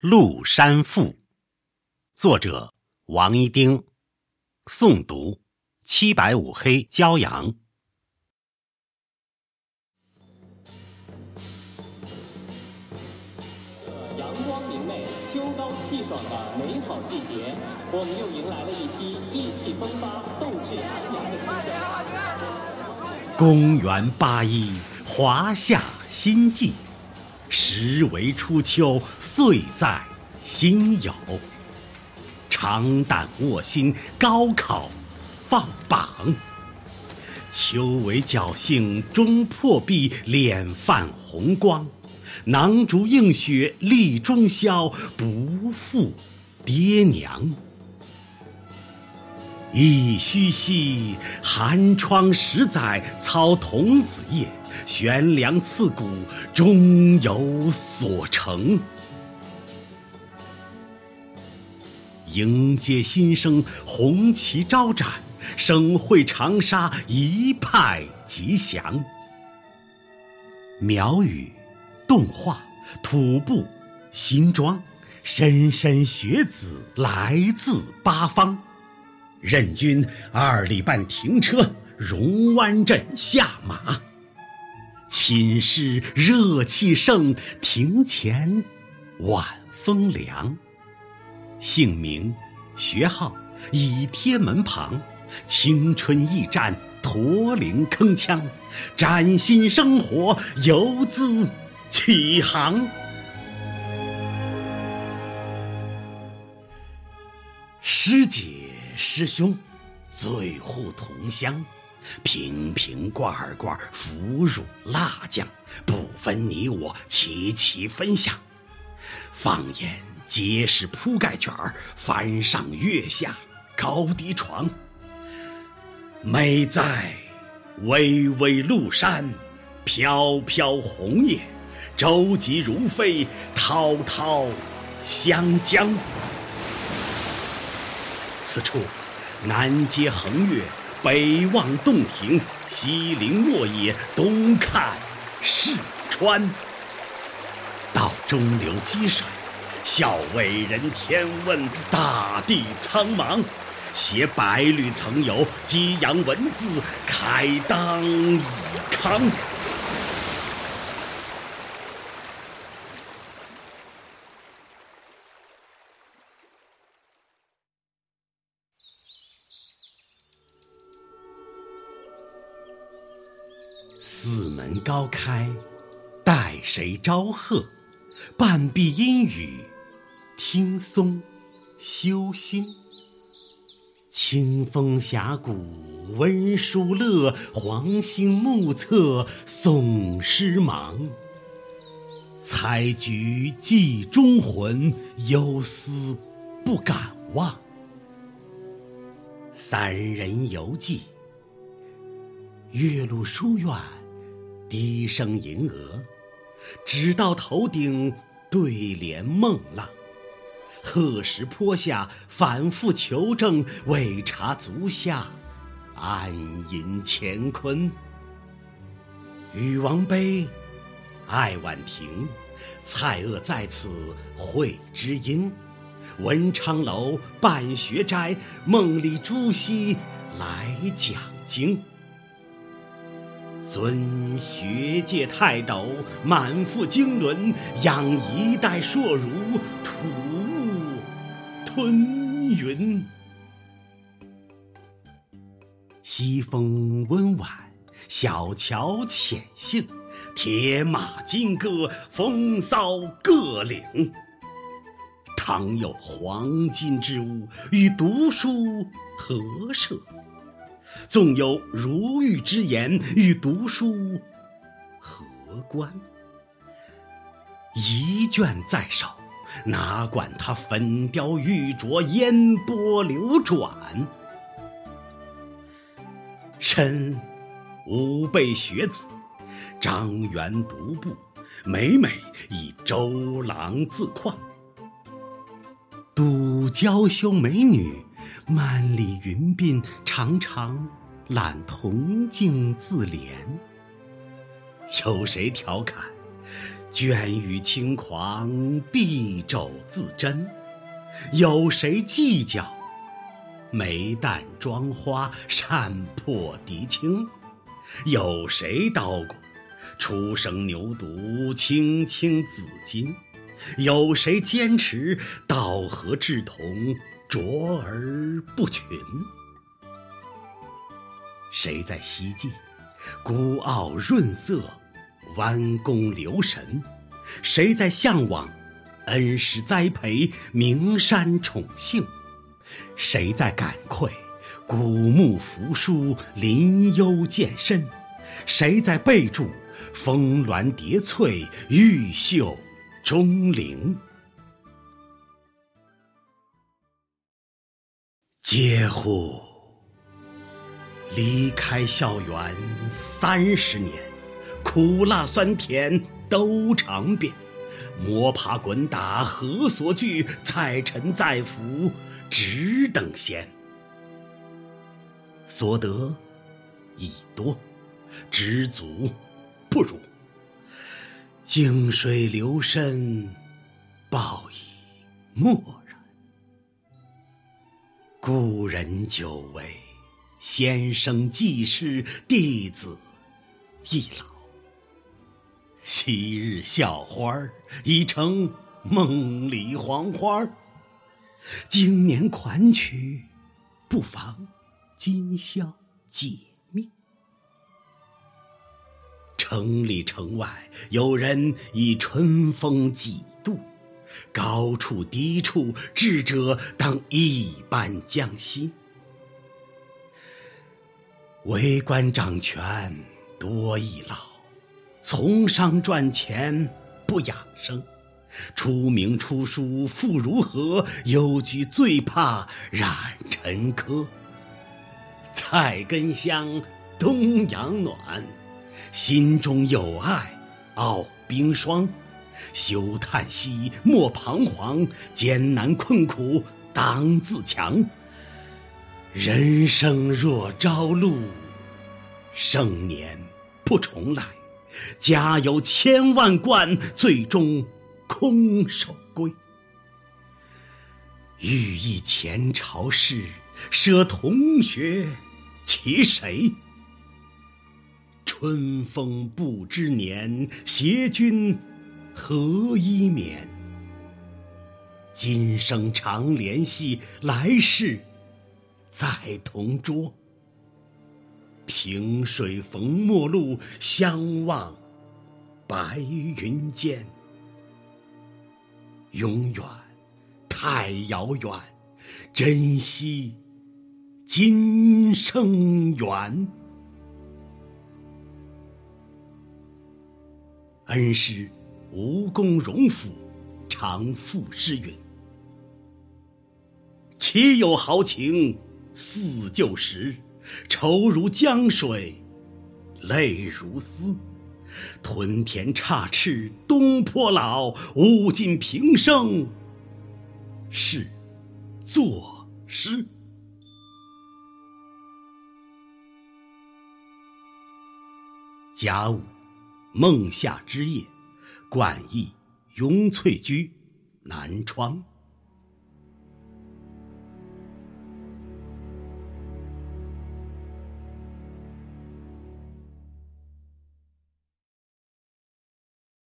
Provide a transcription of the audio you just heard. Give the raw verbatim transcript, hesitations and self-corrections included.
麓山赋》，作者王一丁，诵读七百五黑骄阳。 阳光明媚、秋高气爽的美好季节，我们又迎来了一批意气风发、斗志昂扬的新生。 公元八一，华夏新纪，时为初秋，岁在辛酉。长胆卧薪，高考放榜。秋为侥幸，终破壁，脸泛红光。囊烛映雪立中宵，不负爹娘。忆虚兮，寒窗十载，操童子夜，悬梁刺股，终有所成。迎接新生，红旗招展，省会长沙一派吉祥。苗语、动画、土布、新庄，莘莘学子来自八方。任君二里半停车，榕湾镇下马。寝室热气盛，庭前晚风凉。姓名、学号已贴门旁，青春驿站，驼铃铿锵，崭新生活游资起航。师姐师兄，醉护同乡，瓶瓶罐罐，腐乳辣酱，不分你我，齐齐分享。放眼皆是铺盖卷，翻上月下高低床。美在巍巍麓山，飘飘红叶，舟楫如飞，滔滔湘江。此处南接横越，北望洞庭，西临沃野，东看四川。到中流击水，笑伟人天问，大地苍茫。携百侣曾游，激扬文字，开当以慷。四门高开，待谁招贺？半壁阴雨，听松修心。清风峡谷温书乐，黄星目测诵诗忙。采菊寄忠魂，忧思不敢忘。三人游记，岳麓书院，低声吟额，直到头顶对联梦浪。鹤石坡下反复求证，未察足下安隐乾坤。禹王碑，爱晚亭，蔡锷在此会知音。文昌楼，办学斋，梦里朱熹来讲经。尊学界泰斗，满腹经纶，养一代硕儒，吐雾吞云。西风温婉，小桥浅兴，铁马金戈，风骚各领。倘有黄金之物，与读书何涉？纵有如玉之言，与读书何关？一卷在手，哪管它粉雕玉琢，烟波流转。身吾辈学子，张园独步，每每以周郎自况。独娇羞美女，漫里云鬓，常常揽铜镜自怜。有谁调侃， 倦于轻狂，敝帚自珍。有谁计较？眉淡妆花，扇破敌倾。有谁叨咕？初生牛犊，青青子衿。有谁坚持？道合志同，卓而不群。谁在希冀？孤傲润色，弯弓留神。谁在向往？恩师栽培，名山宠幸。谁在感愧？古木扶疏，林幽见深。谁在备注？峰峦叠翠，玉秀钟灵。嗟乎！离开校园三十年，苦辣酸甜都尝遍。摸爬滚打何所惧？再沉再浮只等闲。所得已多，知足不辱。静水流深，报以漠然。故人久违，先生既逝，弟子亦老。昔日校花已成梦里黄花，经年款曲，不妨今宵解密。城里城外，有人以春风几度，高处低处，智者当一般将息。为官掌权多易老，从商赚钱不养生。出名出书复如何？忧居最怕染尘柯。菜根香，冬阳暖，心中有爱傲冰霜。休叹息，莫彷徨，艰难困苦当自强。人生若朝露，盛年不重来。家有千万贯，最终空手归。欲忆前朝事，舍同学其谁？春风不知年，携君何以眠？今生常联系，来世再同桌。萍水逢陌路，相望白云间。永远太遥远，珍惜今生缘。恩师吴公荣甫常赋诗云：岂有豪情似旧时，愁如江水泪如丝。屯田插翅东坡老，物尽平生是作诗。甲午，孟夏之夜，冠邑雍翠居，南窗。